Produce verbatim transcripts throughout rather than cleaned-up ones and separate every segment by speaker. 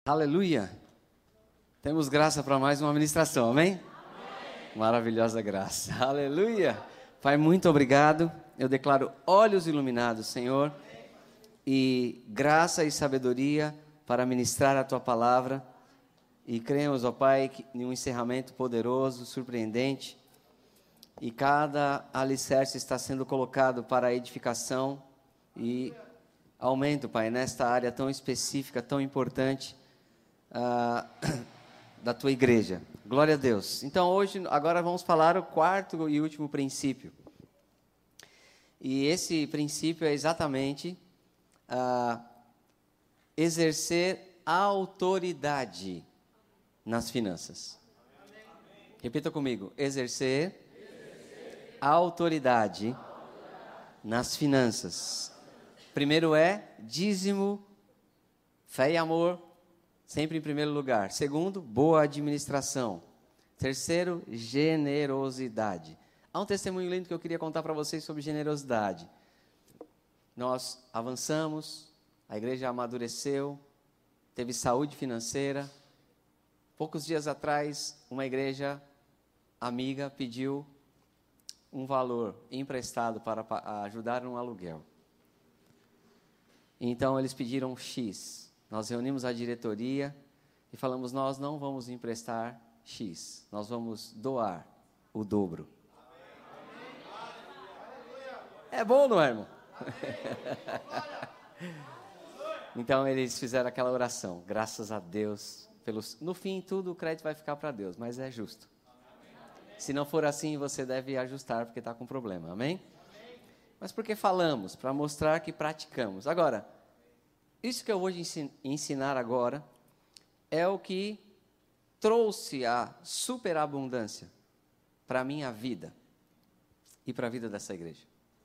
Speaker 1: Aleluia! Temos graça para mais uma ministração, amém? Amém? Maravilhosa graça, aleluia! Pai, muito obrigado, eu declaro olhos iluminados, Senhor, e graça e sabedoria para ministrar a Tua palavra, e cremos, ó Pai, que, em um encerramento poderoso, surpreendente, e cada alicerce está sendo colocado para a edificação e aumento, Pai, nesta área tão específica, tão importante, Uh, da tua igreja. Glória a Deus. Então hoje, agora vamos falar o quarto e último princípio. E esse princípio é exatamente uh, exercer autoridade nas finanças. Repita comigo. Exercer, exercer. Autoridade, autoridade nas finanças. Primeiro é dízimo, fé e amor. Sempre em primeiro lugar. Segundo, boa administração. Terceiro, generosidade. Há um testemunho lindo que eu queria contar para vocês sobre generosidade. Nós avançamos, a igreja amadureceu, teve saúde financeira. Poucos dias atrás, uma igreja amiga pediu um valor emprestado para ajudar no aluguel. Então, eles pediram X. Nós reunimos a diretoria e falamos, nós não vamos emprestar X, nós vamos doar o dobro. É bom, não é, irmão? Então, eles fizeram aquela oração, graças a Deus. Pelos... No fim, tudo o crédito vai ficar para Deus, mas é justo. Se não for assim, você deve ajustar, porque está com problema, amém? Mas por que falamos? Para mostrar que praticamos. Agora, isso que eu vou ensinar agora é o que trouxe a superabundância para a minha vida e para a vida dessa igreja.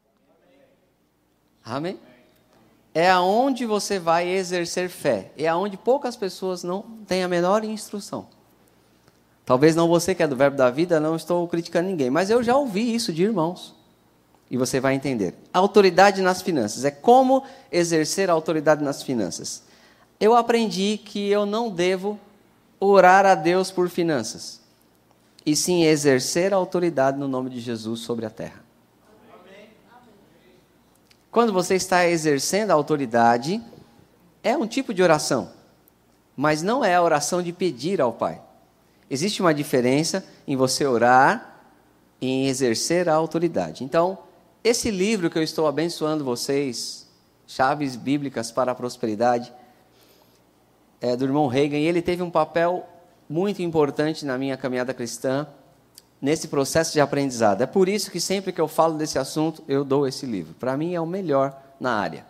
Speaker 1: Amém? É aonde você vai exercer fé. É aonde poucas pessoas não têm a menor instrução. Talvez não você que é do verbo da vida, não estou criticando ninguém, mas eu já ouvi isso de irmãos. E você vai entender. Autoridade nas finanças. É como exercer a autoridade nas finanças. Eu aprendi que eu não devo orar a Deus por finanças. E sim exercer a autoridade no nome de Jesus sobre a terra. Amém. Quando você está exercendo a autoridade, é um tipo de oração. Mas não é a oração de pedir ao Pai. Existe uma diferença em você orar e em exercer a autoridade. Então, esse livro que eu estou abençoando vocês, Chaves Bíblicas para a Prosperidade, é do irmão Reagan, e ele teve um papel muito importante na minha caminhada cristã, nesse processo de aprendizado. É por isso que sempre que eu falo desse assunto, eu dou esse livro. Para mim é o melhor na área.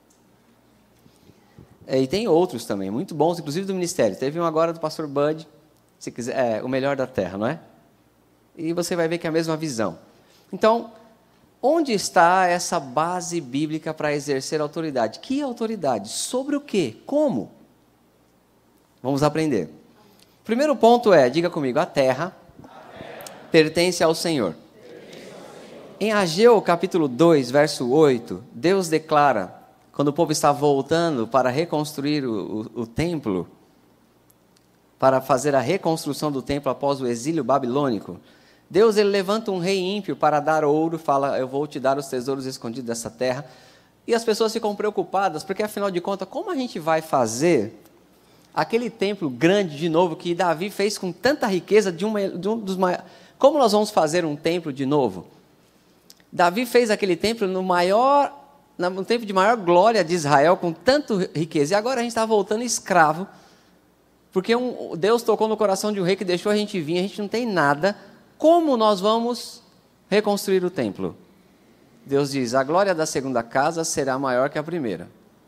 Speaker 1: É, e tem outros também, muito bons, inclusive do ministério. Teve um agora do pastor Bud, se quiser, é, o melhor da terra, não é? E você vai ver que é a mesma visão. Então, onde está essa base bíblica para exercer autoridade? Que autoridade? Sobre o quê? Como? Vamos aprender. O primeiro ponto é, diga comigo, a terra, a terra pertence ao Senhor. Pertence ao Senhor. Em Ageu, capítulo dois, verso oito, Deus declara, quando o povo está voltando para reconstruir o, o, o templo, para fazer a reconstrução do templo após o exílio babilônico, Deus ele levanta um rei ímpio para dar ouro, fala, eu vou te dar os tesouros escondidos dessa terra. E as pessoas ficam preocupadas, porque afinal de contas, como a gente vai fazer aquele templo grande de novo que Davi fez com tanta riqueza de, uma, de um dos maiores... Como nós vamos fazer um templo de novo? Davi fez aquele templo no maior, no templo de maior glória de Israel, com tanta riqueza. E agora a gente está voltando escravo, porque um, Deus tocou no coração de um rei que deixou a gente vir, a gente não tem nada. Como nós vamos reconstruir o templo? Deus diz, a glória da segunda casa será maior que a primeira.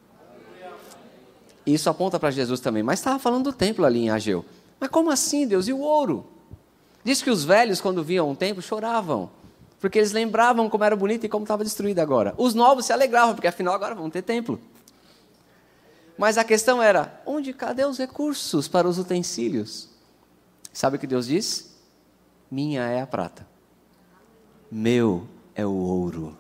Speaker 1: Isso aponta para Jesus também, mas estava falando do templo ali em Ageu. Mas como assim, Deus? E o ouro? Diz que os velhos, quando viam um templo, choravam, porque eles lembravam como era bonito e como estava destruído agora. Os novos se alegravam, porque afinal agora vão ter templo. Mas a questão era, onde, cadê os recursos para os utensílios? Sabe o que Deus diz? Minha é a prata, meu é o ouro.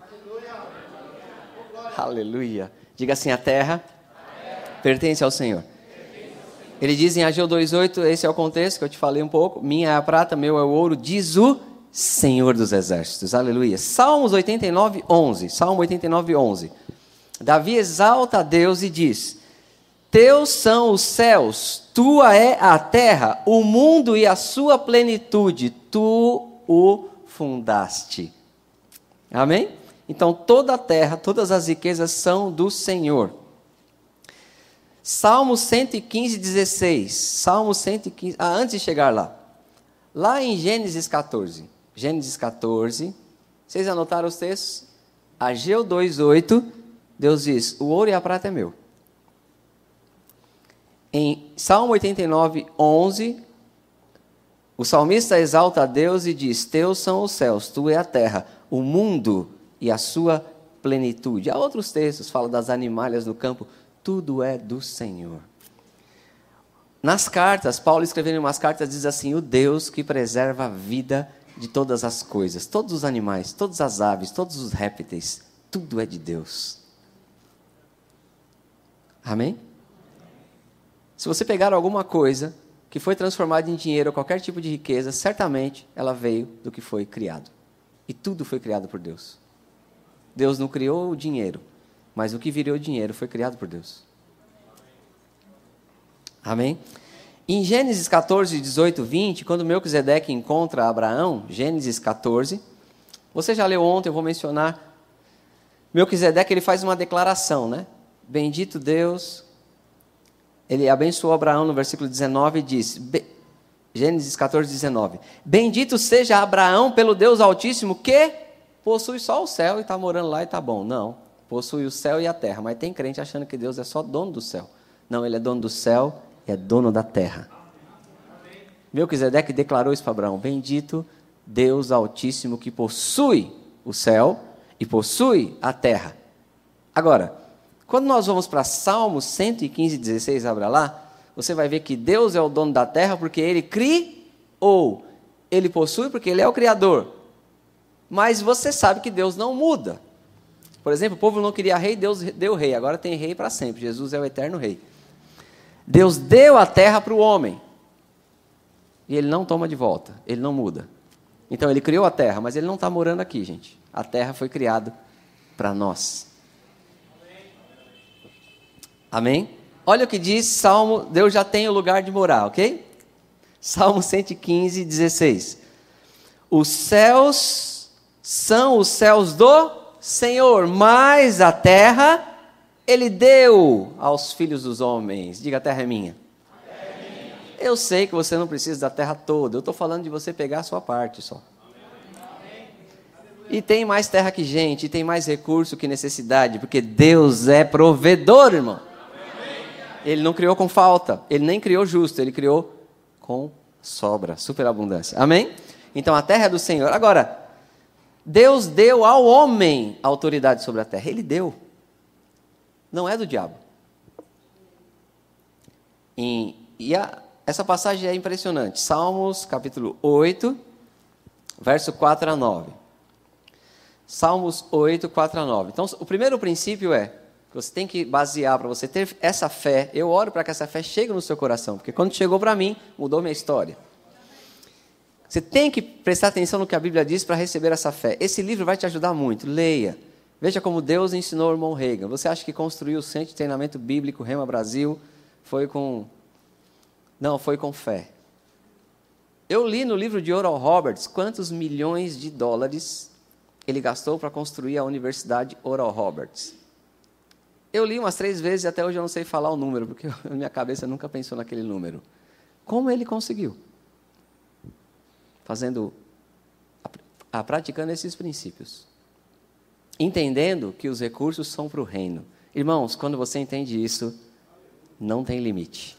Speaker 1: Aleluia. Aleluia. Diga assim, a terra, a terra pertence ao Senhor. Pertence ao Senhor. Ele diz em Ageu dois oito, esse é o contexto que eu te falei um pouco. Minha é a prata, meu é o ouro, diz o Senhor dos Exércitos. Aleluia. Salmos oitenta e nove, onze. Salmo oitenta e nove, onze. Davi exalta a Deus e diz: Teus são os céus, tua é a terra, o mundo e a sua plenitude, tu o fundaste. Amém? Então toda a terra, todas as riquezas são do Senhor. Salmo cento e quinze, dezesseis. Salmo cento e quinze. Ah, antes de chegar lá. Lá em Gênesis catorze. Gênesis catorze. Vocês anotaram os textos? Ageu dois oito. Deus diz: o ouro e a prata é meu. Em Salmo oitenta e nove, onze. O salmista exalta a Deus e diz: teus são os céus, tu é a terra, o mundo e a sua plenitude. Há outros textos, fala das animalhas do campo. Tudo é do Senhor. Nas cartas, Paulo escrevendo em umas cartas diz assim: o Deus que preserva a vida de todas as coisas, todos os animais, todas as aves, todos os répteis, tudo é de Deus. Amém? Se você pegar alguma coisa que foi transformada em dinheiro ou qualquer tipo de riqueza, certamente ela veio do que foi criado. E tudo foi criado por Deus. Deus não criou o dinheiro, mas o que virou dinheiro foi criado por Deus. Amém? Em Gênesis catorze, dezoito, vinte, quando Melquisedeque encontra Abraão, Gênesis catorze, você já leu ontem, eu vou mencionar. Melquisedeque, ele faz uma declaração, né? Bendito Deus. Ele abençoou Abraão no versículo dezenove e diz, Gênesis catorze, dezenove, bendito seja Abraão pelo Deus Altíssimo que possui só o céu e está morando lá e está bom. Não. Possui o céu e a terra, mas tem crente achando que Deus é só dono do céu. Não, ele é dono do céu e é dono da terra. Melquisedeque declarou isso para Abraão: bendito Deus Altíssimo que possui o céu e possui a terra. Agora, quando nós vamos para Salmo cento e quinze, dezesseis, abra lá, você vai ver que Deus é o dono da terra porque ele criou. Ele possui porque ele é o criador. Mas você sabe que Deus não muda. Por exemplo, o povo não queria rei, Deus deu rei. Agora tem rei para sempre. Jesus é o eterno rei. Deus deu a terra para o homem. E ele não toma de volta. Ele não muda. Então ele criou a terra, mas ele não está morando aqui, gente. A terra foi criada para nós. Amém? Olha o que diz Salmo, Deus já tem o lugar de morar, ok? Salmo cento e quinze, dezesseis. Os céus são os céus do Senhor, mas a terra Ele deu aos filhos dos homens. Diga: a terra é minha. A terra é minha. Eu sei que você não precisa da terra toda. Eu estou falando de você pegar a sua parte só. Amém. E tem mais terra que gente, e tem mais recurso que necessidade, porque Deus é provedor, irmão. Amém. Ele não criou com falta, Ele nem criou justo, Ele criou com sobra, superabundância. Amém? Então a terra é do Senhor. Agora, Deus deu ao homem autoridade sobre a terra. Ele deu. Não é do diabo. E, e a, essa passagem é impressionante. Salmos, capítulo oito, verso quatro a nove. Salmos oito, quatro a nove. Então, o primeiro princípio é que você tem que basear, para você ter essa fé. Eu oro para que essa fé chegue no seu coração, porque quando chegou para mim, mudou minha história. Você tem que prestar atenção no que a Bíblia diz para receber essa fé. Esse livro vai te ajudar muito. Leia. Veja como Deus ensinou o irmão Reagan. Você acha que construiu o Centro de Treinamento Bíblico Rema Brasil foi com... Não, foi com fé. Eu li no livro de Oral Roberts quantos milhões de dólares ele gastou para construir a Universidade Oral Roberts. Eu li umas três vezes e até hoje eu não sei falar o número, porque a minha cabeça nunca pensou naquele número. Como ele conseguiu? Fazendo, a, a, praticando esses princípios. Entendendo que os recursos são para o reino. Irmãos, quando você entende isso, não tem limite.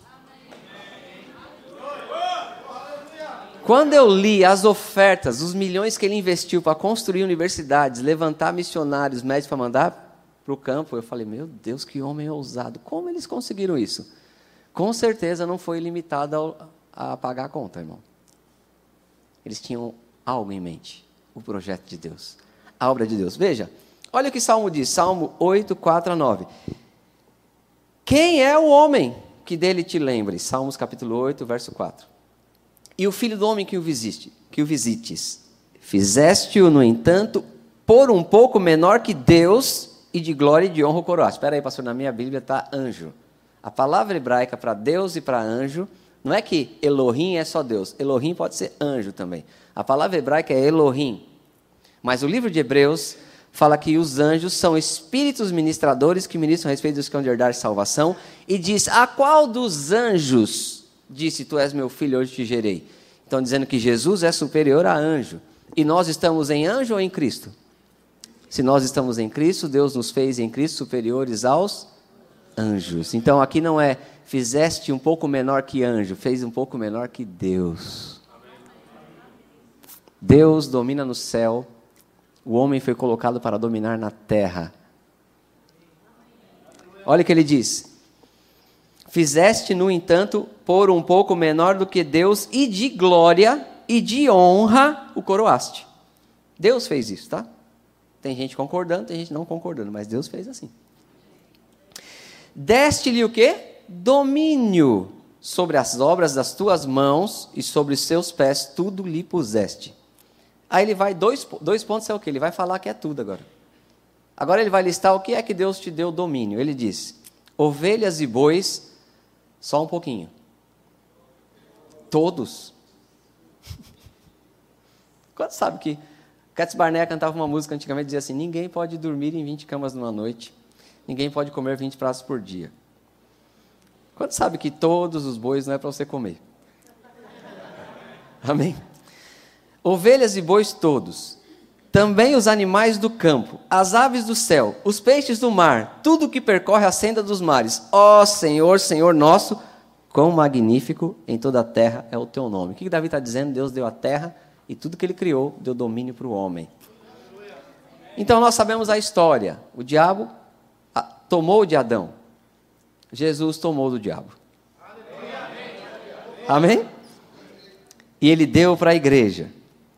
Speaker 1: Quando eu li as ofertas, os milhões que ele investiu para construir universidades, levantar missionários, médicos para mandar para o campo, eu falei, meu Deus, que homem ousado. Como eles conseguiram isso? Com certeza não foi limitado ao, a pagar a conta, irmão. Eles tinham algo em mente, o projeto de Deus, a obra de Deus. Veja, olha o que Salmo diz, Salmo oito, quatro a nove. Quem é o homem que dele te lembre. Salmos capítulo oito, verso quatro. E o filho do homem que o visite, que o visites, fizeste-o, no entanto, por um pouco menor que Deus, e de glória e de honra o coroaste. Espera aí, pastor, na minha Bíblia está anjo. A palavra hebraica para Deus e para anjo, não é que Elohim é só Deus. Elohim pode ser anjo também. A palavra hebraica é Elohim. Mas o livro de Hebreus fala que os anjos são espíritos ministradores que ministram a respeito dos que hão de herdar salvação. E diz, a qual dos anjos disse, tu és meu filho, hoje te gerei? Então, dizendo que Jesus é superior a anjo. E nós estamos em anjo ou em Cristo? Se nós estamos em Cristo, Deus nos fez em Cristo superiores aos anjos. Então, aqui não é, fizeste um pouco menor que anjo, fez um pouco menor que Deus. Deus domina no céu, o homem foi colocado para dominar na terra. Olha o que ele diz. Fizeste, no entanto, por um pouco menor do que Deus, e de glória e de honra o coroaste. Deus fez isso, tá? Tem gente concordando, tem gente não concordando, mas Deus fez assim. Deste-lhe o quê? Domínio sobre as obras das tuas mãos e sobre os seus pés, tudo lhe puseste. Aí ele vai, dois, dois pontos é o quê? Ele vai falar que é tudo agora. Agora ele vai listar o que é que Deus te deu domínio. Ele diz, ovelhas e bois, só um pouquinho. Todos. Quanto sabe que Cats Barnea cantava uma música antigamente, dizia assim, ninguém pode dormir em vinte camas numa noite, ninguém pode comer vinte pratos por dia. Quanto sabe que todos os bois não é para você comer? Amém? Ovelhas e bois todos, também os animais do campo, as aves do céu, os peixes do mar, tudo que percorre a senda dos mares. Ó Senhor, Senhor nosso, quão magnífico em toda a terra é o teu nome. O que Davi está dizendo? Deus deu a terra e tudo que ele criou deu domínio para o homem. Então nós sabemos a história. O diabo tomou de Adão. Jesus tomou do diabo. Amém? E ele deu para a igreja.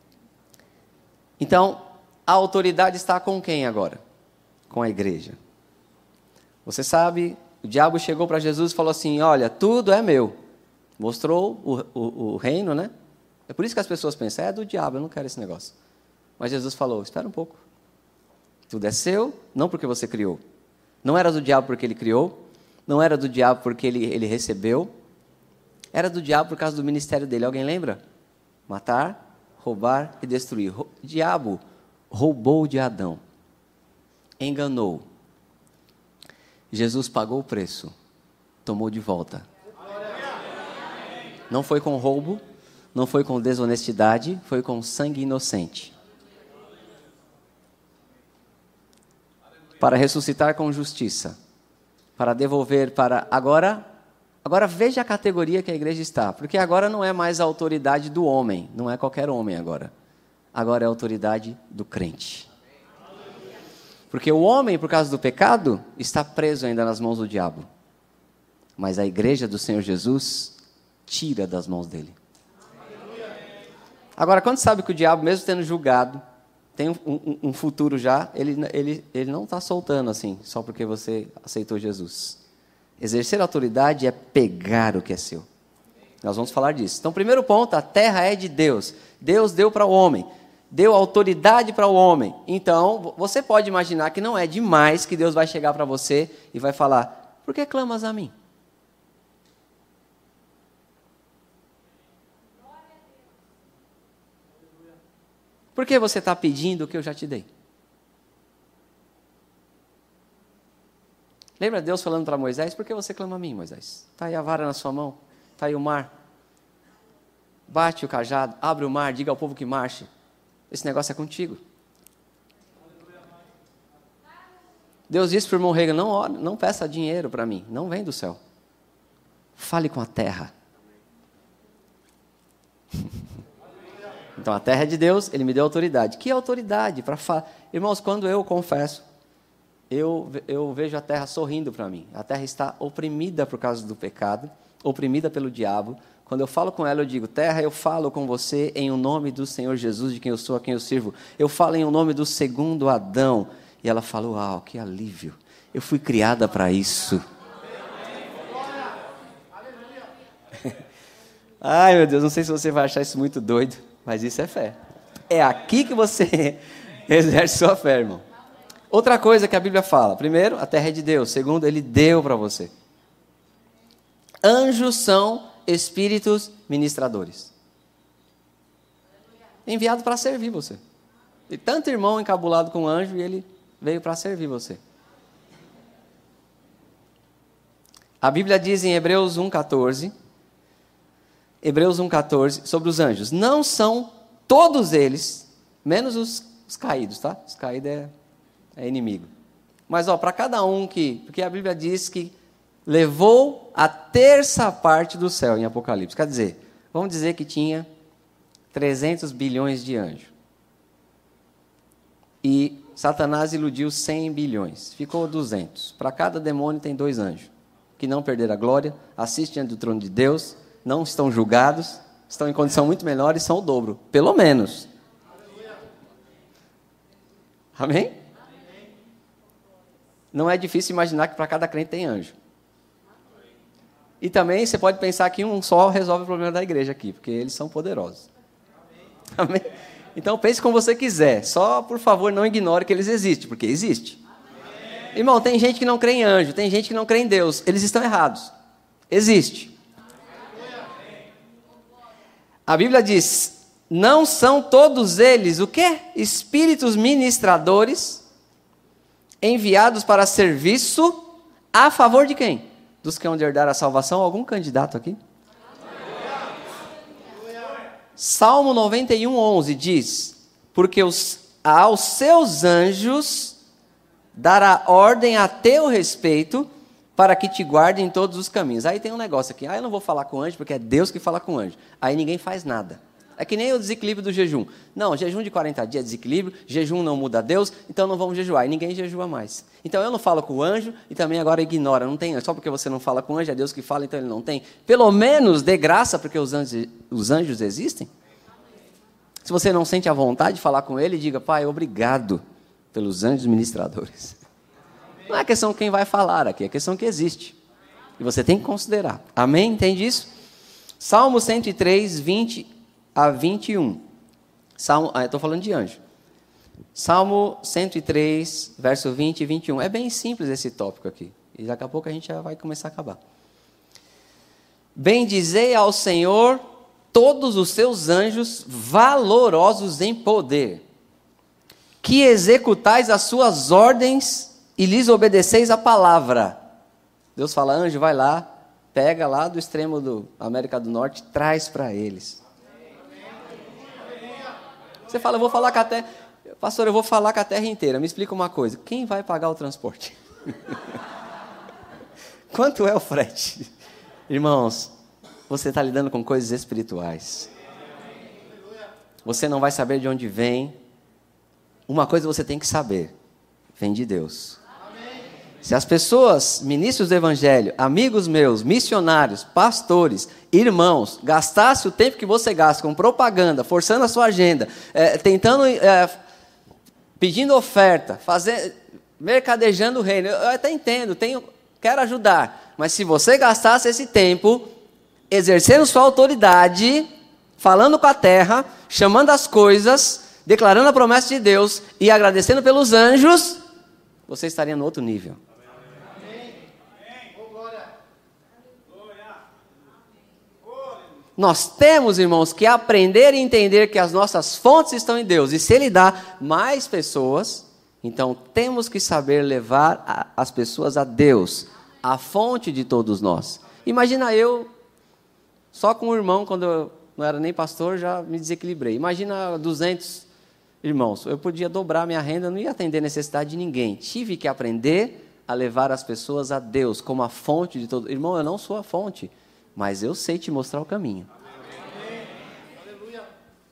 Speaker 1: Então, a autoridade está com quem agora? Com a igreja. Você sabe, o diabo chegou para Jesus e falou assim, olha, tudo é meu. Mostrou o, o, o reino, né? É por isso que as pessoas pensam, é do diabo, eu não quero esse negócio. Mas Jesus falou, espera um pouco. Tudo é seu, não porque você criou. Não era do diabo porque ele criou, não era do diabo porque ele, ele recebeu, era do diabo por causa do ministério dele. Alguém lembra? Matar, roubar e destruir. O diabo roubou de Adão, enganou. Jesus pagou o preço, tomou de volta. Não foi com roubo, não foi com desonestidade, foi com sangue inocente. Para ressuscitar com justiça, para devolver para... Agora, agora veja a categoria que a igreja está, porque agora não é mais a autoridade do homem, não é qualquer homem agora. Agora é a autoridade do crente. Porque o homem, por causa do pecado, está preso ainda nas mãos do diabo. Mas a igreja do Senhor Jesus tira das mãos dele. Agora, quando sabe que o diabo, mesmo tendo julgado, tem um, um, um futuro já, ele, ele, ele não está soltando assim, só porque você aceitou Jesus. Exercer autoridade é pegar o que é seu. Nós vamos falar disso. Então, primeiro ponto, a terra é de Deus. Deus deu para o homem. Deu autoridade para o homem. Então, você pode imaginar que não é demais que Deus vai chegar para você e vai falar, por que clamas a mim? Por que você está pedindo o que eu já te dei? Lembra Deus falando para Moisés, por que você clama a mim, Moisés? Está aí a vara na sua mão, está aí o mar. Bate o cajado, abre o mar, diga ao povo que marche. Esse negócio é contigo. Deus disse para o irmão Reagan, não, não peça dinheiro para mim, não vem do céu. Fale com a terra. Então a terra é de Deus, Ele me deu autoridade. Que autoridade para falar? Irmãos, quando eu confesso, eu, eu vejo a terra sorrindo para mim. A terra está oprimida por causa do pecado, oprimida pelo diabo. Quando eu falo com ela, eu digo, terra, eu falo com você em o nome do Senhor Jesus, de quem eu sou, a quem eu sirvo. Eu falo em o nome do segundo Adão. E ela falou, uau, que alívio. Eu fui criada para isso. Ai, meu Deus, não sei se você vai achar isso muito doido, mas isso é fé. É aqui que você exerce sua fé, irmão. Outra coisa que a Bíblia fala. Primeiro, a terra é de Deus. Segundo, Ele deu para você. Anjos são espíritos ministradores. Enviado para servir você. E tanto irmão encabulado com anjo e ele veio para servir você. A Bíblia diz em Hebreus um, catorze, Hebreus um, catorze, sobre os anjos. Não são todos eles, menos os, os caídos, tá? Os caídos é, é inimigo. Mas, ó, para cada um que... Porque a Bíblia diz que levou a terça parte do céu em Apocalipse. Quer dizer, vamos dizer que tinha trezentos bilhões de anjos. E Satanás iludiu cem bilhões. Ficou duzentos. Para cada demônio tem dois anjos, que não perderam a glória, assistem diante do trono de Deus, não estão julgados, estão em condição muito melhor e são o dobro. Pelo menos. Amém? Não é difícil imaginar que para cada crente tem anjo. E também você pode pensar que um só resolve o problema da igreja aqui, porque eles são poderosos. Amém? Então pense como você quiser. Só, por favor, não ignore que eles existem, porque existe. Amém. Irmão, tem gente que não crê em anjo, tem gente que não crê em Deus. Eles estão errados. Existe. Amém. A Bíblia diz, não são todos eles, o quê? Espíritos ministradores, enviados para serviço, a favor de quem? Dos que hão de herdar a salvação. Algum candidato aqui? Salmo noventa e um, onze diz, porque os, aos seus anjos dará ordem a teu respeito, para que te guardem em todos os caminhos. Aí tem um negócio aqui, ah, eu não vou falar com anjo, porque é Deus que fala com anjo. Aí ninguém faz nada. É que nem o desequilíbrio do jejum. Não, jejum de quarenta dias é desequilíbrio, jejum não muda a Deus, então não vamos jejuar. E ninguém jejua mais. Então eu não falo com o anjo e também agora ignora, não tem anjo. Só porque você não fala com o anjo, é Deus que fala, então ele não tem. Pelo menos dê graça porque os anjos, os anjos existem. Se você não sente a vontade de falar com ele, diga, Pai, obrigado pelos anjos ministradores. Não é questão quem vai falar aqui, é questão que existe. E você tem que considerar. Amém? Entende isso? Salmo cento e três, vinte a vinte e um. Salmo, ah, eu estou falando de anjo. Salmo cento e três, verso vinte e vinte e um. É bem simples esse tópico aqui. E daqui a pouco a gente já vai começar a acabar. Bendizei ao Senhor todos os seus anjos valorosos em poder, que executais as suas ordens e lhes obedeceis a palavra. Deus fala, anjo, vai lá, pega lá do extremo da América do Norte, traz para eles. Você fala, eu vou falar com a terra, pastor, eu vou falar com a terra inteira. Me explica uma coisa, quem vai pagar o transporte? Quanto é o frete? Irmãos, você está lidando com coisas espirituais. Você não vai saber de onde vem. Uma coisa você tem que saber, vem de Deus. Se as pessoas, ministros do evangelho, amigos meus, missionários, pastores, irmãos, gastassem o tempo que você gasta com propaganda, forçando a sua agenda, é, tentando, é, pedindo oferta, fazer, mercadejando o reino, eu até entendo, tenho, quero ajudar, mas se você gastasse esse tempo, exercendo sua autoridade, falando com a terra, chamando as coisas, declarando a promessa de Deus e agradecendo pelos anjos, você estaria no outro nível. Nós temos, irmãos, que aprender e entender que as nossas fontes estão em Deus. E se Ele dá mais pessoas, então temos que saber levar a, as pessoas a Deus, a fonte de todos nós. Imagina eu, só com um irmão, quando eu não era nem pastor, já me desequilibrei. Imagina duzentos irmãos. Eu podia dobrar minha renda, não ia atender a necessidade de ninguém. Tive que aprender a levar as pessoas a Deus, como a fonte de todo. Irmão, eu não sou a fonte, mas eu sei te mostrar o caminho. Amém?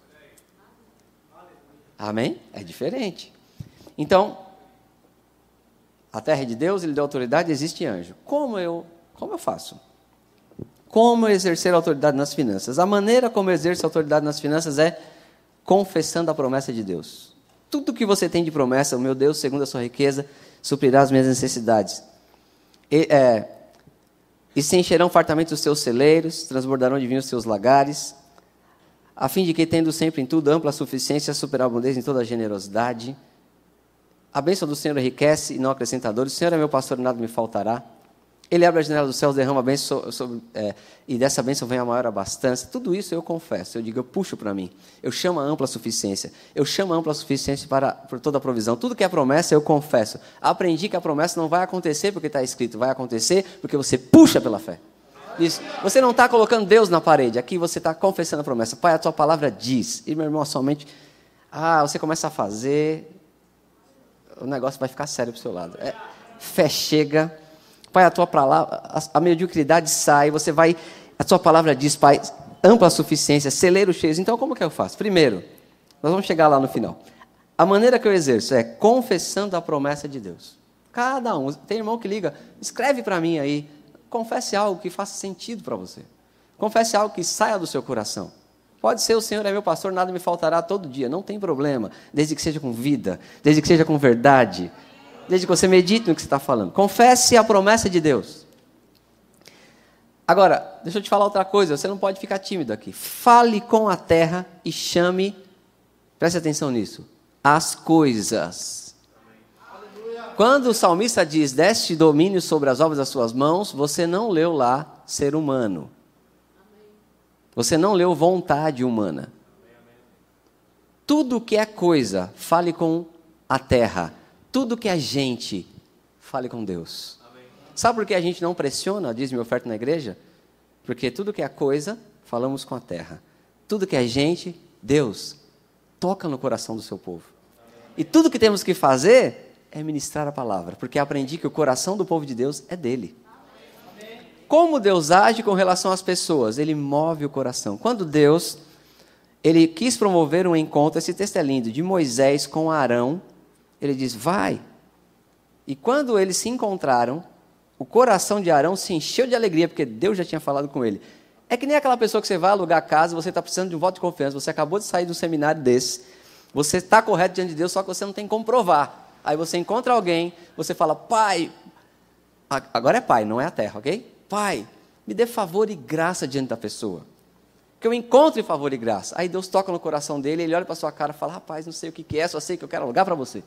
Speaker 1: Amém? É diferente. Então, a terra é de Deus, Ele deu autoridade, existe anjo. Como eu, como eu faço? Como exercer autoridade nas finanças? A maneira como eu exerço autoridade nas finanças é confessando a promessa de Deus. Tudo que você tem de promessa, o meu Deus, segundo a sua riqueza, suprirá as minhas necessidades. E, é, E se encherão fartamente os seus celeiros, transbordarão de vinho os seus lagares, a fim de que, tendo sempre em tudo ampla suficiência, superabundância em toda a generosidade. A bênção do Senhor enriquece e não acrescenta dores. O Senhor é meu pastor e nada me faltará. Ele abre a janela dos céus, derrama a bênção, sobre, é, e dessa bênção vem a maior abastança. Tudo isso eu confesso, eu digo, eu puxo para mim. Eu chamo a ampla suficiência. Eu chamo a ampla suficiência para, por toda a provisão. Tudo que é promessa, eu confesso. Aprendi que a promessa não vai acontecer porque está escrito, vai acontecer porque você puxa pela fé. Isso. Você não está colocando Deus na parede, aqui você está confessando a promessa. Pai, a tua palavra diz. E meu irmão, somente, ah, você começa a fazer, o negócio vai ficar sério para o seu lado. É, fé chega... Pai, a tua palavra, a, a mediocridade sai, você vai, a tua palavra diz, Pai, ampla suficiência, celeiros cheios. Então, como que eu faço? Primeiro, nós vamos chegar lá no final. A maneira que eu exerço é confessando a promessa de Deus. Cada um, tem irmão que liga, escreve para mim aí, confesse algo que faça sentido para você. Confesse algo que saia do seu coração. Pode ser, o Senhor é meu pastor, nada me faltará todo dia, não tem problema, desde que seja com vida, desde que seja com verdade. Desde que você medite no que você está falando. Confesse a promessa de Deus. Agora, deixa eu te falar outra coisa. Você não pode ficar tímido aqui. Fale com a terra e chame, preste atenção nisso, as coisas. Quando o salmista diz, deste domínio sobre as obras das suas mãos, você não leu lá ser humano. Você não leu vontade humana. Tudo que é coisa, fale com a terra. Tudo que a gente, fale com Deus. Amém. Sabe por que a gente não pressiona a dízimo e oferta na igreja? Porque tudo que é coisa, falamos com a terra. Tudo que é gente, Deus, toca no coração do seu povo. Amém. E tudo que temos que fazer é ministrar a palavra. Porque aprendi que o coração do povo de Deus é dele. Amém. Como Deus age com relação às pessoas? Ele move o coração. Quando Deus, ele quis promover um encontro, esse texto é lindo, de Moisés com Arão, ele diz, vai. E quando eles se encontraram, o coração de Arão se encheu de alegria, porque Deus já tinha falado com ele. É que nem aquela pessoa que você vai alugar casa, você está precisando de um voto de confiança, você acabou de sair de um seminário desse, você está correto diante de Deus, só que você não tem como provar. Aí você encontra alguém, você fala, pai, agora é pai, não é a terra, ok? Pai, me dê favor e graça diante da pessoa. Que eu encontre favor e graça. Aí Deus toca no coração dele, ele olha para a sua cara e fala, rapaz, não sei o que é, só sei que eu quero alugar para você.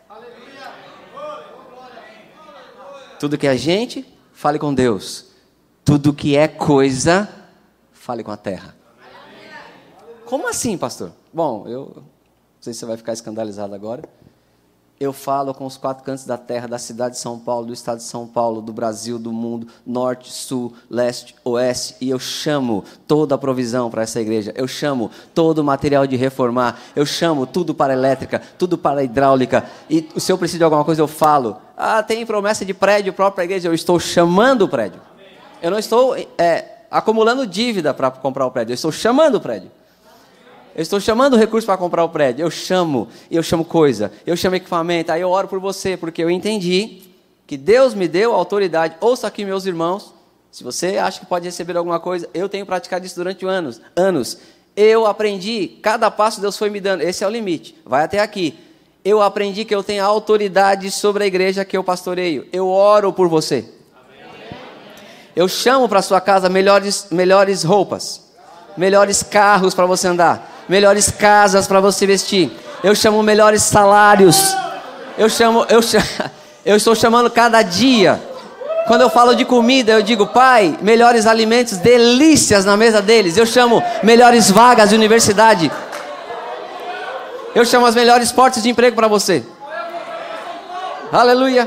Speaker 1: Tudo que é gente, fale com Deus. Tudo que é coisa, fale com a terra. Como assim, pastor? Bom, eu não sei se você vai ficar escandalizado agora. Eu falo com os quatro cantos da terra, da cidade de São Paulo, do estado de São Paulo, do Brasil, do mundo, norte, sul, leste, oeste, e eu chamo toda a provisão para essa igreja, eu chamo todo o material de reformar, eu chamo tudo para elétrica, tudo para hidráulica, e se eu preciso de alguma coisa eu falo, ah, tem promessa de prédio próprio para a igreja, eu estou chamando o prédio, eu não estou é, acumulando dívida para comprar o prédio, eu estou chamando o prédio. Eu estou chamando recurso para comprar o prédio. Eu chamo, eu chamo coisa, eu chamo equipamento, aí eu oro por você, porque eu entendi que Deus me deu autoridade. Ouça aqui, meus irmãos, se você acha que pode receber alguma coisa, eu tenho praticado isso durante anos. anos. Eu aprendi, cada passo Deus foi me dando, esse é o limite, vai até aqui. Eu aprendi que eu tenho autoridade sobre a igreja que eu pastoreio. Eu oro por você. Eu chamo para a sua casa melhores, melhores roupas, melhores carros para você andar, melhores casas para você vestir. Eu chamo melhores salários. Eu chamo, eu, eu estou chamando cada dia. Quando eu falo de comida, eu digo, pai, melhores alimentos, delícias na mesa deles. Eu chamo melhores vagas de universidade. Eu chamo as melhores portas de emprego para você. Aleluia.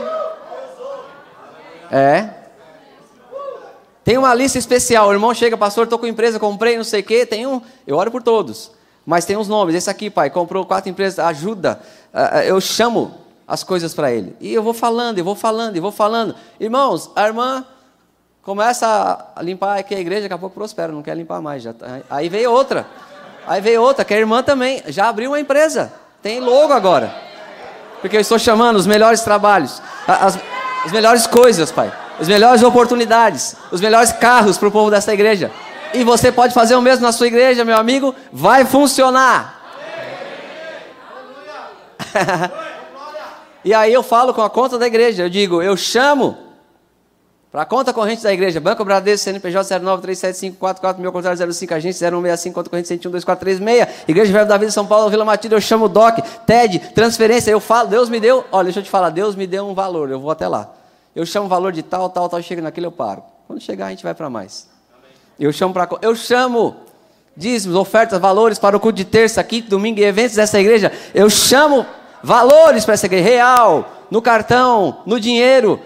Speaker 1: É. Tem uma lista especial. O irmão chega, pastor, estou com empresa, comprei, não sei o quê. Tem um, eu oro por todos. Mas tem uns nomes. Esse aqui, pai, comprou quatro empresas, ajuda. Eu chamo as coisas para ele. E eu vou falando, eu vou falando, eu vou falando. Irmãos, a irmã começa a limpar aqui a igreja, daqui a pouco prospera, não quer limpar mais. Já tá. Aí veio outra. Aí veio outra, que a irmã também já abriu uma empresa. Tem logo agora. Porque eu estou chamando os melhores trabalhos, as, as melhores coisas, pai. As melhores oportunidades, os melhores carros para o povo dessa igreja. E você pode fazer o mesmo na sua igreja, meu amigo. Vai funcionar. E aí eu falo com a conta da igreja. Eu digo, eu chamo Para a conta corrente da igreja, Banco Bradesco, C N P J zero nove três sete cinco quatro quatro, meu contrário zero cinco, agência zero um seis cinco, conta corrente cento e um, dois quatro três seis, Igreja Verbo da Vida São Paulo, Vila Matilde, eu chamo o D O C, T E D, transferência, eu falo, Deus me deu, olha, deixa eu te falar, Deus me deu um valor, eu vou até lá. Eu chamo o valor de tal, tal, tal, chega naquele eu paro. Quando chegar a gente vai para mais. Eu chamo para, eu chamo dízimos, ofertas, valores para o culto de terça, quinta, domingo e eventos dessa igreja. Eu chamo valores para essa igreja, real, no cartão, no dinheiro.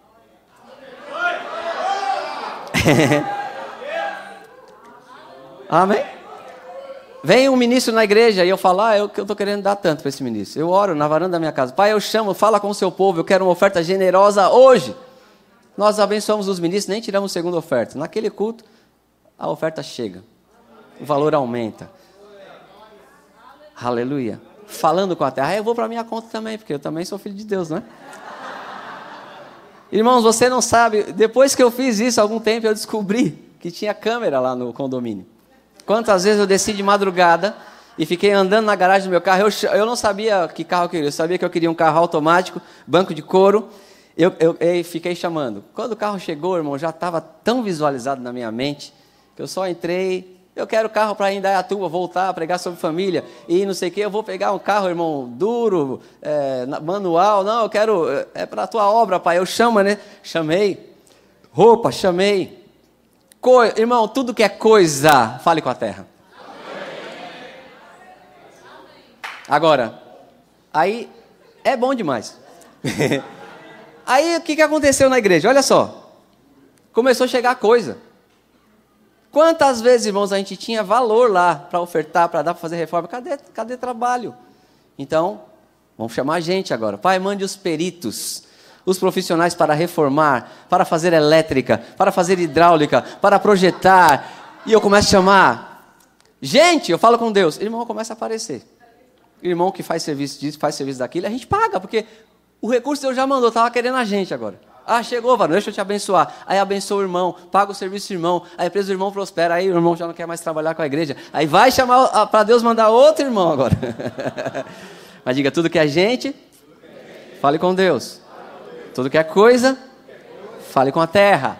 Speaker 1: Amém? Vem um ministro na igreja e eu falo, ah, eu estou querendo dar tanto para esse ministro. Eu oro na varanda da minha casa. Pai, eu chamo, fala com o seu povo, eu quero uma oferta generosa hoje. Nós abençoamos os ministros, nem tiramos segunda oferta. Naquele culto, a oferta chega. O valor aumenta. Aleluia. Falando com a terra. Ah, eu vou para a minha conta também, porque eu também sou filho de Deus, não é? Irmãos, você não sabe, depois que eu fiz isso há algum tempo, eu descobri que tinha câmera lá no condomínio. Quantas vezes eu desci de madrugada e fiquei andando na garagem do meu carro, eu, eu não sabia que carro eu queria, eu sabia que eu queria um carro automático, banco de couro, eu, eu, eu fiquei chamando. Quando o carro chegou, irmão, já estava tão visualizado na minha mente, que eu só entrei, eu quero carro para ir em Indaiatuba, voltar, pregar sobre família, e não sei o que, eu vou pegar um carro, irmão, duro, é, manual, não, eu quero, é para a tua obra, pai, eu chamo, né? Chamei, roupa, chamei, Co... irmão, tudo que é coisa, fale com a terra. Agora, aí, é bom demais. Aí, o que, que aconteceu na igreja? Olha só, começou a chegar coisa. Quantas vezes, irmãos, a gente tinha valor lá para ofertar, para dar, para fazer reforma? Cadê, cadê trabalho? Então, vamos chamar a gente agora. Pai, mande os peritos, os profissionais para reformar, para fazer elétrica, para fazer hidráulica, para projetar. E eu começo a chamar. Gente, eu falo com Deus. Irmão, começa a aparecer. Irmão que faz serviço disso, faz serviço daquilo, a gente paga, porque o recurso Deus já mandou, estava querendo a gente agora. Ah, chegou, varão, deixa eu te abençoar. Aí abençoa o irmão, paga o serviço do irmão, a empresa do irmão prospera, aí o irmão já não quer mais trabalhar com a igreja. Aí vai chamar para Deus mandar outro irmão agora. Mas diga, tudo que é gente, fale com Deus. Tudo que é coisa, fale com a terra.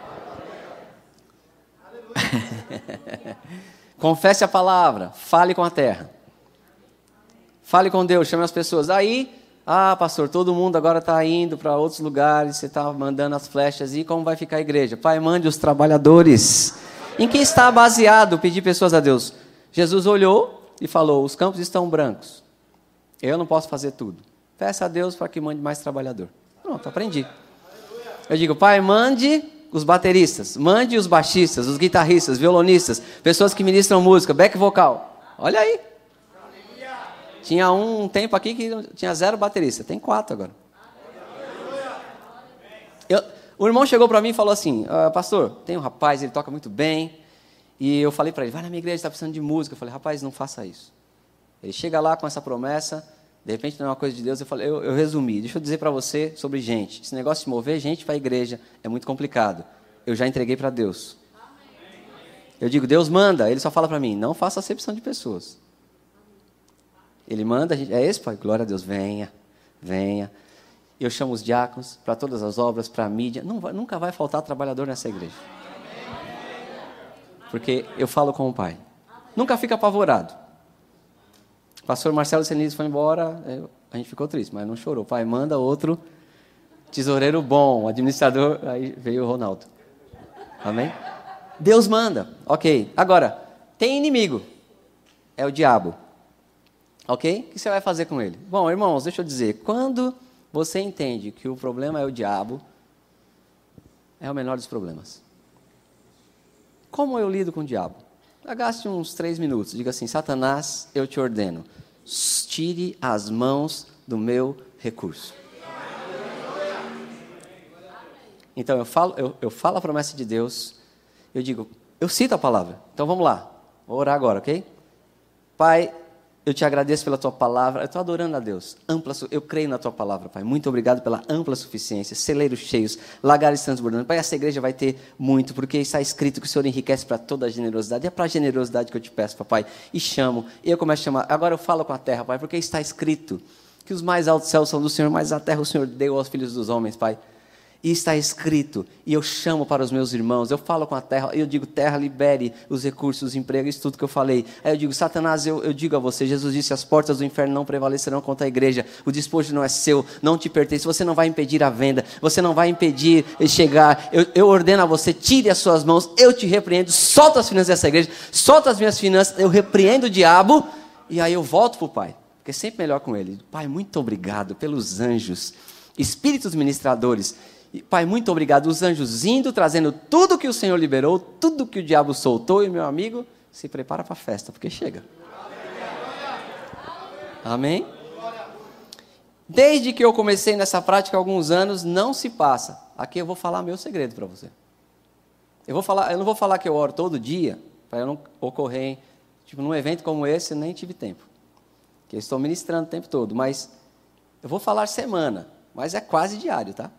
Speaker 1: Confesse a palavra, fale com a terra. Fale com Deus, chame as pessoas. Aí... ah, pastor, todo mundo agora está indo para outros lugares, você está mandando as flechas, e como vai ficar a igreja? Pai, mande os trabalhadores. Em que está baseado pedir pessoas a Deus? Jesus olhou e falou, os campos estão brancos, eu não posso fazer tudo. Peça a Deus para que mande mais trabalhador. Pronto, aprendi. Eu digo, Pai, mande os bateristas, mande os baixistas, os guitarristas, violonistas, pessoas que ministram música, back vocal. Olha aí. Tinha um tempo aqui que tinha zero baterista. Tem quatro agora. Eu, o irmão chegou para mim e falou assim, ah, pastor, tem um rapaz, ele toca muito bem. E eu falei para ele, vai na minha igreja, está precisando de música. Eu falei, rapaz, não faça isso. Ele chega lá com essa promessa, de repente não é uma coisa de Deus. Eu falei, eu, eu resumi, deixa eu dizer para você sobre gente. Esse negócio de mover gente para a igreja é muito complicado. Eu já entreguei para Deus. Eu digo, Deus manda. Ele só fala para mim, não faça acepção de pessoas. Ele manda, a gente, é esse, pai? Glória a Deus, venha, venha. Eu chamo os diáconos para todas as obras, para a mídia. Não vai, nunca vai faltar trabalhador nessa igreja. Porque eu falo com o pai. Nunca fica apavorado. O pastor Marcelo Senise foi embora, eu, a gente ficou triste, mas não chorou. Pai, manda outro tesoureiro bom, administrador. Aí veio o Ronaldo. Amém? Deus manda. Ok. Agora, tem inimigo. É o diabo. Ok? O que você vai fazer com ele? Bom, irmãos, deixa eu dizer, quando você entende que o problema é o diabo, é o menor dos problemas. Como eu lido com o diabo? Gaste uns três minutos, diga assim, Satanás, eu te ordeno, tire as mãos do meu recurso. Então, eu falo, eu, eu falo a promessa de Deus, eu digo, eu cito a palavra, então vamos lá, vou orar agora, ok? Pai, eu te agradeço pela tua palavra, eu estou adorando a Deus, ampla, eu creio na tua palavra, Pai, muito obrigado pela ampla suficiência, celeiros cheios, lagares transbordando, Pai, essa igreja vai ter muito, porque está escrito que o Senhor enriquece para toda a generosidade, é para a generosidade que eu te peço, Papai, e chamo, e eu começo a chamar, agora eu falo com a terra, Pai, porque está escrito que os mais altos céus são do Senhor, mas a terra o Senhor deu aos filhos dos homens, Pai, E está escrito, e eu chamo para os meus irmãos, eu falo com a terra, eu digo, terra, libere os recursos, os empregos, isso tudo que eu falei. Aí eu digo, Satanás, eu, eu digo a você, Jesus disse, as portas do inferno não prevalecerão contra a igreja, o despojo não é seu, não te pertence, você não vai impedir a venda, você não vai impedir chegar, eu, eu ordeno a você, tire as suas mãos, eu te repreendo, solta as finanças dessa igreja, solta as minhas finanças, eu repreendo o diabo, e aí eu volto para o Pai, porque é sempre melhor com ele. Pai, muito obrigado pelos anjos, espíritos ministradores. Pai, muito obrigado, os anjos indo, trazendo tudo que o Senhor liberou, tudo que o diabo soltou, e meu amigo, se prepara para a festa, porque chega. Amém? Desde que eu comecei nessa prática há alguns anos, não se passa. Aqui eu vou falar meu segredo para você. Eu, vou falar, eu não vou falar que eu oro todo dia, para eu não ocorrer, tipo, num evento como esse, eu nem tive tempo. Que eu estou ministrando o tempo todo, mas eu vou falar semana, mas é quase diário, tá?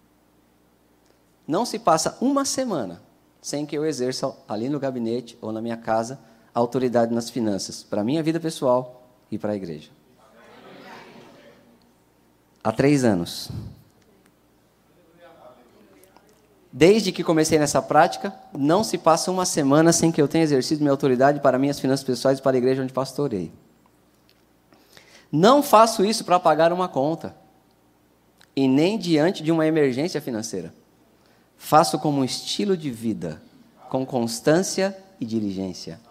Speaker 1: Não se passa uma semana sem que eu exerça ali no gabinete ou na minha casa a autoridade nas finanças, para a minha vida pessoal e para a igreja. Há três anos. Desde que comecei nessa prática, não se passa uma semana sem que eu tenha exercido minha autoridade para minhas finanças pessoais e para a igreja onde pastorei. Não faço isso para pagar uma conta e nem diante de uma emergência financeira. Faço como um estilo de vida, com constância e diligência.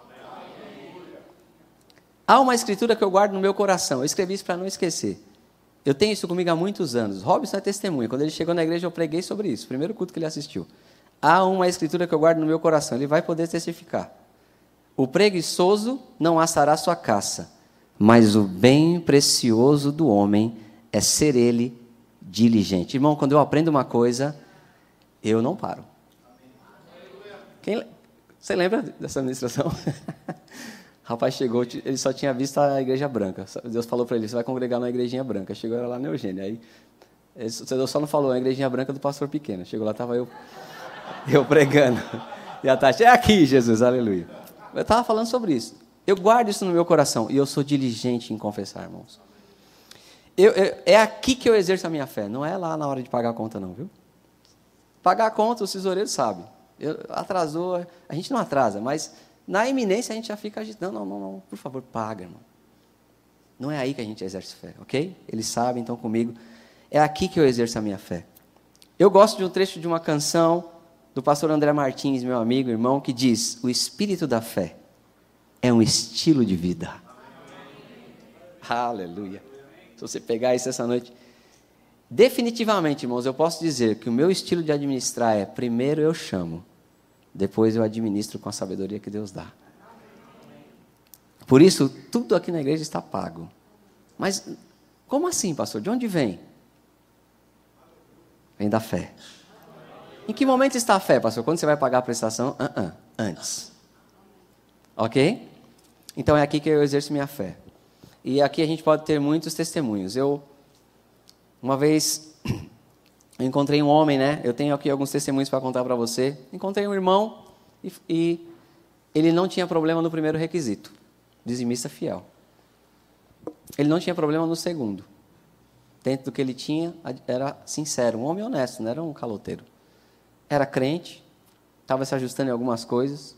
Speaker 1: Há uma escritura que eu guardo no meu coração. Eu escrevi isso para não esquecer. Eu tenho isso comigo há muitos anos. Robson é testemunha. Quando ele chegou na igreja, eu preguei sobre isso. Primeiro culto que ele assistiu. Há uma escritura que eu guardo no meu coração. Ele vai poder testificar. O preguiçoso não assará sua caça, mas o bem precioso do homem é ser ele diligente. Irmão, quando eu aprendo uma coisa, eu não paro. Quem, você lembra dessa ministração? O rapaz chegou, ele só tinha visto a igreja branca. Deus falou para ele, você vai congregar na igrejinha branca. Chegou, era lá na Eugênia. Aí, Deus só não falou, a igrejinha branca do pastor pequeno. Chegou lá, estava eu, eu pregando. E a Tati, é aqui, Jesus, aleluia. Eu estava falando sobre isso. Eu guardo isso no meu coração. E eu sou diligente em confessar, irmãos. Eu, eu, é aqui que eu exerço a minha fé. Não é lá na hora de pagar a conta, não, viu? Pagar a conta, os tesoureiros sabem. Eu, atrasou, a gente não atrasa, mas na iminência a gente já fica agitando. Não, não, não, por favor, paga, irmão. Não é aí que a gente exerce fé, ok? Eles sabem, então comigo. É aqui que eu exerço a minha fé. Eu gosto de um trecho de uma canção do pastor André Martins, meu amigo, irmão, que diz, o espírito da fé é um estilo de vida. Aleluia. Se você pegar isso essa noite... Definitivamente, irmãos, eu posso dizer que o meu estilo de administrar é, primeiro eu chamo, depois eu administro com a sabedoria que Deus dá. Por isso, tudo aqui na igreja está pago. Mas, como assim, pastor? De onde vem? Vem da fé. Em que momento está a fé, pastor? Quando você vai pagar a prestação? Uh-uh, antes. Ok? Então, é aqui que eu exerço minha fé. E aqui a gente pode ter muitos testemunhos. Eu... Uma vez, eu encontrei um homem, né? Eu tenho aqui alguns testemunhos para contar para você. Encontrei um irmão e, e ele não tinha problema no primeiro requisito, dizimista fiel. Ele não tinha problema no segundo. Dentro do que ele tinha, era sincero, um homem honesto, não era um caloteiro. Era crente, estava se ajustando em algumas coisas,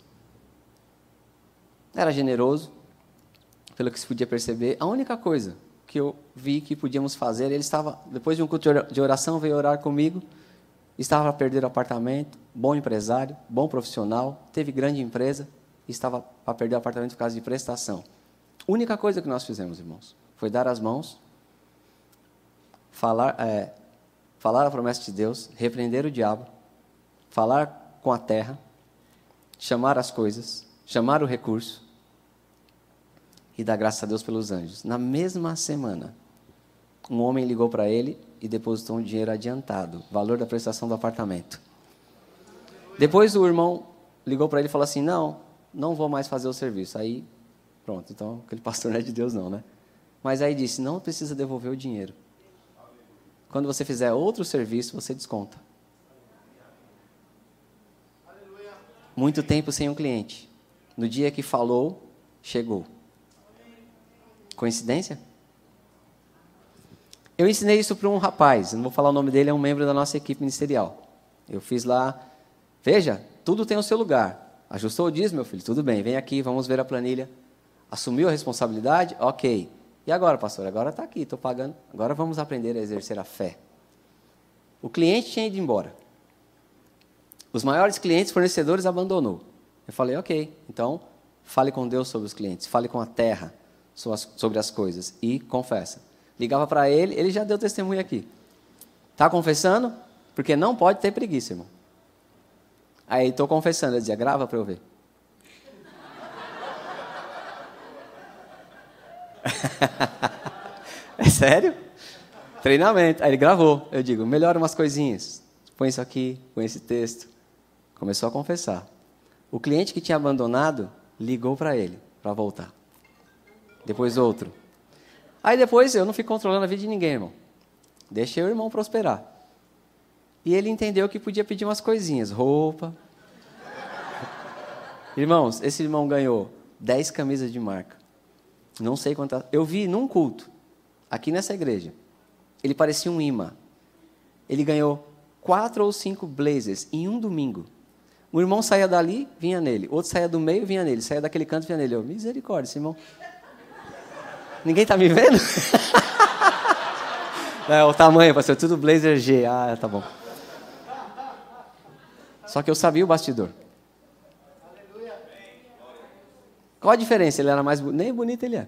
Speaker 1: era generoso, pelo que se podia perceber. A única coisa que eu vi que podíamos fazer, ele estava, depois de um culto de oração, veio orar comigo, estava a perder o apartamento, bom empresário, bom profissional, teve grande empresa, e estava a perder o apartamento por causa de prestação. A única coisa que nós fizemos, irmãos, foi dar as mãos, falar, é, falar a promessa de Deus, repreender o diabo, falar com a terra, chamar as coisas, chamar o recurso, e dar graças a Deus pelos anjos. Na mesma semana, um homem ligou para ele e depositou um dinheiro adiantado, valor da prestação do apartamento. Depois o irmão ligou para ele e falou assim, não, não vou mais fazer o serviço. Aí, pronto, então aquele pastor não é de Deus não, né? Mas aí disse, não precisa devolver o dinheiro. Quando você fizer outro serviço, você desconta. Muito tempo sem um cliente. No dia que falou, chegou. Coincidência? Eu ensinei isso para um rapaz, não vou falar o nome dele, é um membro da nossa equipe ministerial. Eu fiz lá, veja, tudo tem o seu lugar. Ajustou o dízimo, meu filho? Tudo bem, vem aqui, vamos ver a planilha. Assumiu a responsabilidade? Ok. E agora, pastor? Agora está aqui, estou pagando. Agora vamos aprender a exercer a fé. O cliente tinha ido embora. Os maiores clientes, fornecedores, abandonou. Eu falei, ok, então fale com Deus sobre os clientes, fale com a terra sobre as coisas e confessa. Ligava para ele, ele já deu testemunho aqui. Está confessando? Porque não pode ter preguiça, irmão. Aí, estou confessando, ele dizia, grava para eu ver. É sério? Treinamento. Aí ele gravou. Eu digo, melhora umas coisinhas. Põe isso aqui, põe esse texto. Começou a confessar. O cliente que tinha abandonado, ligou para ele, para voltar. Depois outro. Aí depois, eu não fico controlando a vida de ninguém, irmão. Deixei o irmão prosperar. E ele entendeu que podia pedir umas coisinhas. Roupa. Irmãos, esse irmão ganhou dez camisas de marca. Não sei quantas. Eu vi num culto, aqui nessa igreja. Ele parecia um imã. Ele ganhou quatro ou cinco blazers em um domingo. Um irmão saía dali, vinha nele. Outro saía do meio, vinha nele. Saía daquele canto, vinha nele. Eu, misericórdia, esse irmão. Ninguém está me vendo? É, o tamanho, pastor, tudo blazer G. Ah, tá bom. Só que eu sabia o bastidor. Qual a diferença? Ele era mais bonito? Nem bonito ele é.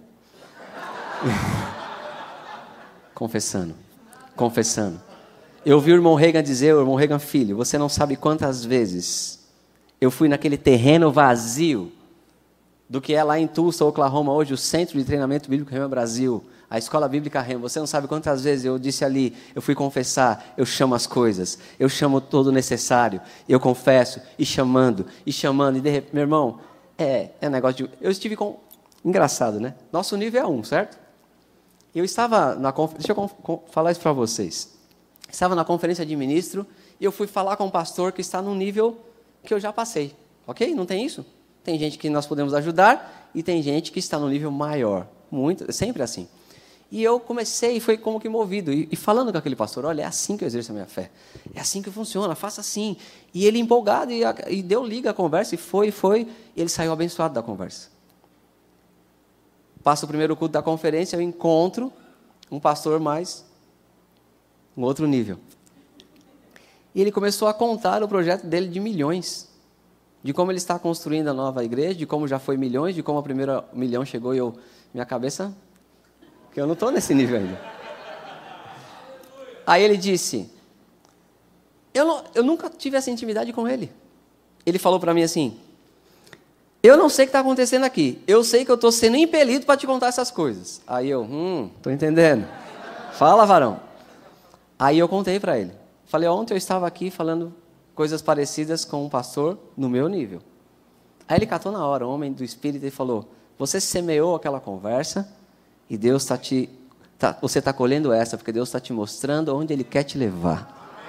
Speaker 1: Confessando. Confessando. Eu ouvi o irmão Reagan dizer, o irmão Reagan, filho, você não sabe quantas vezes eu fui naquele terreno vazio do que é lá em Tulsa, Oklahoma, hoje, o Centro de Treinamento Bíblico Rema Brasil, a Escola Bíblica Rema. Você não sabe quantas vezes eu disse ali, eu fui confessar, eu chamo as coisas, eu chamo todo o necessário, eu confesso, e chamando, e chamando, e de repente, meu irmão, é, é um negócio de... Eu estive com... Engraçado, né? Nosso nível é um, certo? Eu estava na conferência... Deixa eu falar isso para vocês. Estava na conferência de ministro, e eu fui falar com um pastor que está num nível que eu já passei. Ok? Não tem isso? Tem gente que nós podemos ajudar e tem gente que está no nível maior. Muito, sempre assim. E eu comecei e foi como que movido. E, e falando com aquele pastor, olha, é assim que eu exerço a minha fé. É assim que funciona, faça assim. E ele empolgado e, e deu liga à conversa e foi, foi. E ele saiu abençoado da conversa. Passa o primeiro culto da conferência, eu encontro um pastor mais, um outro nível. E ele começou a contar o projeto dele de milhões. De como ele está construindo a nova igreja, de como já foi milhões, de como a primeira milhão chegou e eu... Minha cabeça... Porque eu não estou nesse nível ainda. Aí ele disse... Eu, não, eu nunca tive essa intimidade com ele. Ele falou para mim assim... Eu não sei o que está acontecendo aqui. Eu sei que eu estou sendo impelido para te contar essas coisas. Aí eu... Hum, estou entendendo. Fala, varão. Aí eu contei para ele. Falei, ontem eu estava aqui falando... coisas parecidas com um pastor no meu nível. Aí ele catou na hora, o homem do Espírito, e falou, você semeou aquela conversa e Deus está te... Tá, você está colhendo essa, porque Deus está te mostrando onde Ele quer te levar.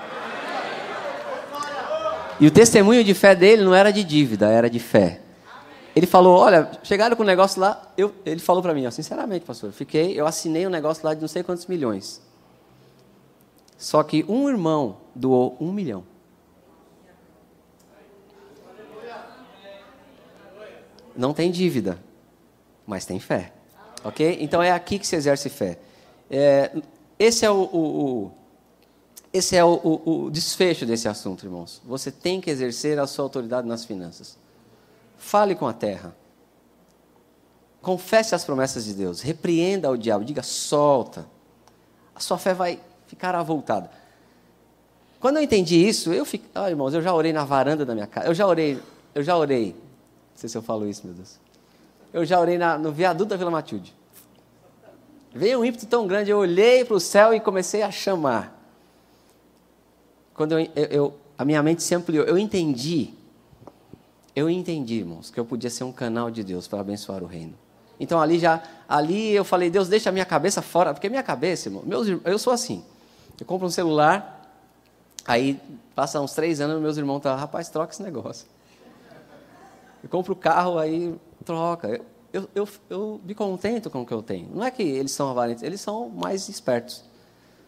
Speaker 1: E o testemunho de fé dele não era de dívida, era de fé. Ele falou, olha, chegaram com um negócio lá, eu, ele falou para mim, ó, sinceramente, pastor, eu fiquei, eu assinei um negócio lá de não sei quantos milhões. Só que um irmão doou um milhão. Não tem dívida, mas tem fé. Ok? Então é aqui que se exerce fé. É, esse é, o, o, o, esse é o, o, o desfecho desse assunto, irmãos. Você tem que exercer a sua autoridade nas finanças. Fale com a terra. Confesse as promessas de Deus. Repreenda o diabo. Diga, solta. A sua fé vai ficar avultada. Quando eu entendi isso, eu fiquei... Ah, irmãos, eu já orei na varanda da minha casa. Eu já orei... Eu já orei... Não sei se eu falo isso, meu Deus. Eu já orei na, no viaduto da Vila Matilde. Veio um ímpeto tão grande, eu olhei para o céu e comecei a chamar. Quando eu, eu, eu, a minha mente se ampliou, eu entendi, eu entendi, irmãos, que eu podia ser um canal de Deus para abençoar o reino. Então ali já, ali eu falei, Deus, deixa a minha cabeça fora, porque minha cabeça, irmão, meus, eu sou assim, eu compro um celular, aí passa uns três anos, meus irmãos estão, rapaz, troca esse negócio. Eu compro o carro, aí troca. Eu, eu, eu, eu me contento com o que eu tenho. Não é que eles são avarentos, eles são mais espertos.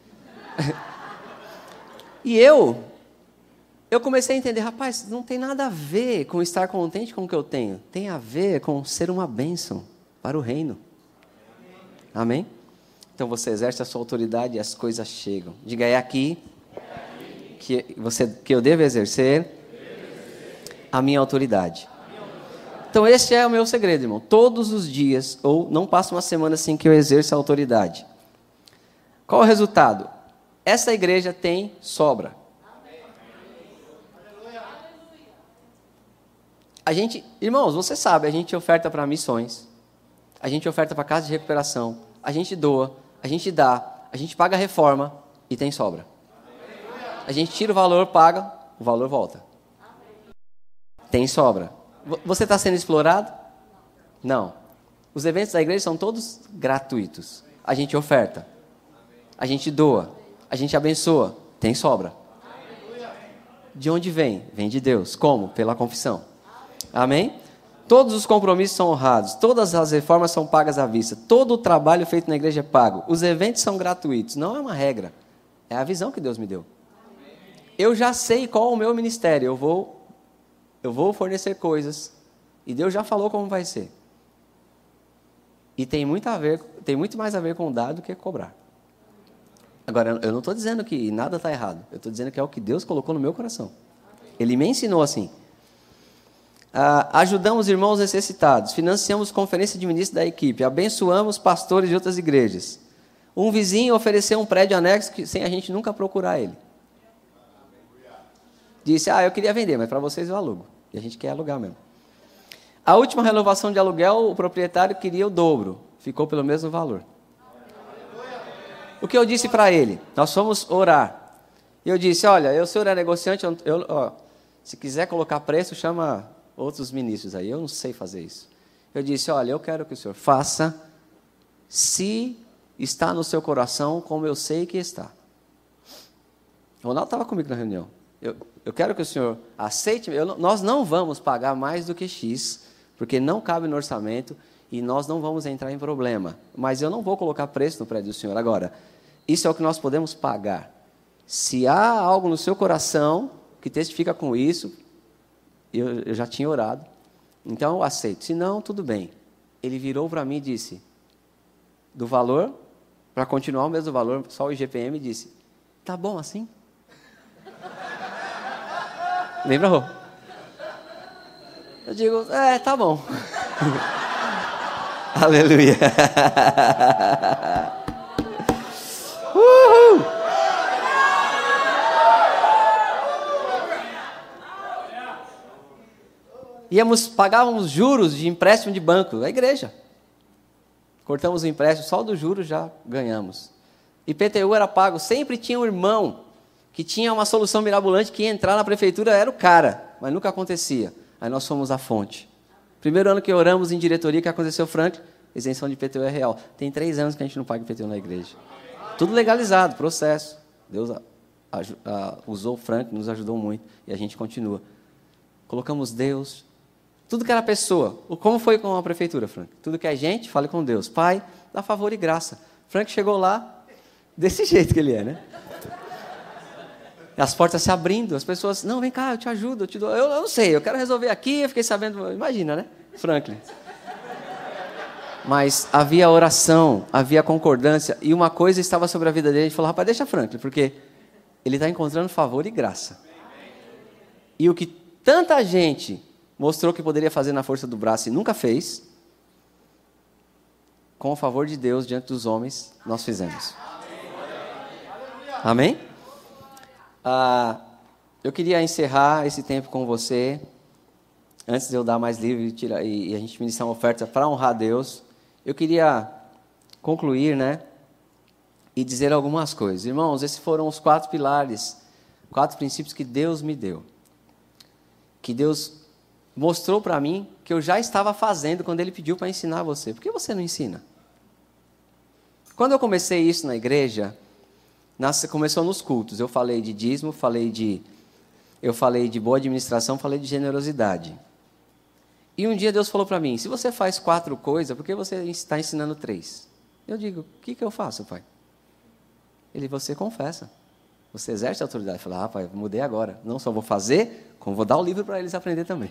Speaker 1: E eu, eu comecei a entender, rapaz, não tem nada a ver com estar contente com o que eu tenho. Tem a ver com ser uma bênção para o reino. Amém? Então você exerce a sua autoridade e as coisas chegam. Diga, é aqui que, você, que eu devo exercer a minha autoridade. Então esse é o meu segredo, irmão. Todos os dias, ou não passa uma semana sem que eu exerça a autoridade. Qual é o resultado? Essa igreja tem sobra. A gente, irmãos, você sabe, a gente oferta para missões, a gente oferta para casa de recuperação, a gente doa, a gente dá, a gente paga a reforma e tem sobra. A gente tira o valor, paga, o valor volta. Tem sobra. Você está sendo explorado? Não. Os eventos da igreja são todos gratuitos. A gente oferta, a gente doa, a gente abençoa, tem sobra. De onde vem? Vem de Deus. Como? Pela confissão. Amém? Todos os compromissos são honrados, todas as reformas são pagas à vista, todo o trabalho feito na igreja é pago, os eventos são gratuitos, não é uma regra, é a visão que Deus me deu. Eu já sei qual é o meu ministério, eu vou, eu vou fornecer coisas, e Deus já falou como vai ser. E tem muito, a ver, tem muito mais a ver com dar do que cobrar. Agora, eu não estou dizendo que nada está errado. Eu estou dizendo que é o que Deus colocou no meu coração. Ele me ensinou assim. Ah, ajudamos irmãos necessitados. Financiamos conferência de ministros da equipe. Abençoamos pastores de outras igrejas. Um vizinho ofereceu um prédio anexo que, sem a gente nunca procurar ele. Disse, ah, eu queria vender, mas para vocês eu alugo. E a gente quer alugar mesmo. A última renovação de aluguel, o proprietário queria o dobro. Ficou pelo mesmo valor. O que eu disse para ele? Nós fomos orar. E eu disse, olha, eu, o senhor é negociante, eu, eu, ó, se quiser colocar preço, chama outros ministros aí. Eu não sei fazer isso. Eu disse, olha, eu quero que o senhor faça se está no seu coração, como eu sei que está. O Ronaldo estava comigo na reunião. Eu, eu quero que o senhor aceite. Eu, nós não vamos pagar mais do que X, porque não cabe no orçamento e nós não vamos entrar em problema. Mas eu não vou colocar preço no prédio do senhor. Agora, isso é o que nós podemos pagar. Se há algo no seu coração que testifica com isso, eu, eu já tinha orado, então eu aceito. Se não, tudo bem. Ele virou para mim e disse, do valor, para continuar o mesmo valor, só o I G P M disse, tá bom assim? Lembra, Rô? Eu digo, é, tá bom. Aleluia. Uhul. Íamos, pagávamos juros de empréstimo de banco, a igreja. Cortamos o empréstimo, só do juros já ganhamos. I P T U era pago, sempre tinha um irmão que tinha uma solução mirabolante, que ia entrar na prefeitura, era o cara, mas nunca acontecia. Aí nós fomos à fonte. Primeiro ano que oramos em diretoria, que aconteceu, Frank, isenção de I P T U é real. Tem três anos que a gente não paga I P T U na igreja. Tudo legalizado, processo. Deus a, a, a, usou o Frank, nos ajudou muito, e a gente continua. Colocamos Deus, tudo que era pessoa. Como foi com a prefeitura, Frank? Tudo que é gente, fale com Deus. Pai, dá favor e graça. Frank chegou lá, desse jeito que ele é, né? As portas se abrindo, as pessoas, não, vem cá, eu te ajudo, eu te dou. Eu, eu não sei, eu quero resolver aqui, eu fiquei sabendo, imagina, né? Franklin. Mas havia oração, havia concordância, e uma coisa estava sobre a vida dele, a gente falou, rapaz, deixa Franklin, porque ele está encontrando favor e graça. E o que tanta gente mostrou que poderia fazer na força do braço e nunca fez, com o favor de Deus diante dos homens, nós fizemos. Amém? Ah, eu queria encerrar esse tempo com você, antes de eu dar mais livre tira, e, e a gente ministrar uma oferta para honrar a Deus. Eu queria concluir, né, e dizer algumas coisas. Irmãos, esses foram os quatro pilares, quatro princípios que Deus me deu. Que Deus mostrou para mim que eu já estava fazendo quando Ele pediu para ensinar você. Por que você não ensina? Quando eu comecei isso na igreja, nas, começou nos cultos. Eu falei de dízimo, falei de, eu falei de boa administração, falei de generosidade. E um dia Deus falou para mim, se você faz quatro coisas, por que você está ensinando três? Eu digo, o que, que eu faço, pai? Ele, você confessa. Você exerce a autoridade. Fala, ah, pai, mudei agora. Não só vou fazer, como vou dar o livro para eles aprender também.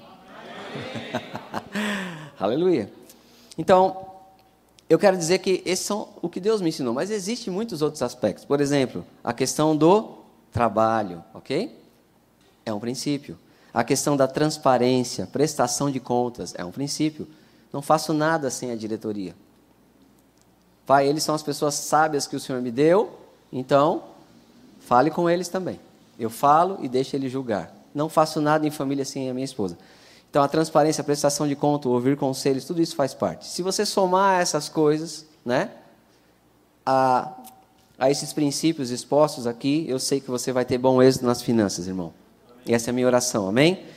Speaker 1: Aleluia. Então, eu quero dizer que esses são o que Deus me ensinou, mas existem muitos outros aspectos. Por exemplo, a questão do trabalho, ok? É um princípio. A questão da transparência, prestação de contas, é um princípio. Não faço nada sem a diretoria. Pai, eles são as pessoas sábias que o Senhor me deu, então, fale com eles também. Eu falo e deixo ele julgar. Não faço nada em família sem a minha esposa. Então, a transparência, a prestação de conta, ouvir conselhos, tudo isso faz parte. Se você somar essas coisas, né, a, a esses princípios expostos aqui, eu sei que você vai ter bom êxito nas finanças, irmão. E essa é a minha oração, amém?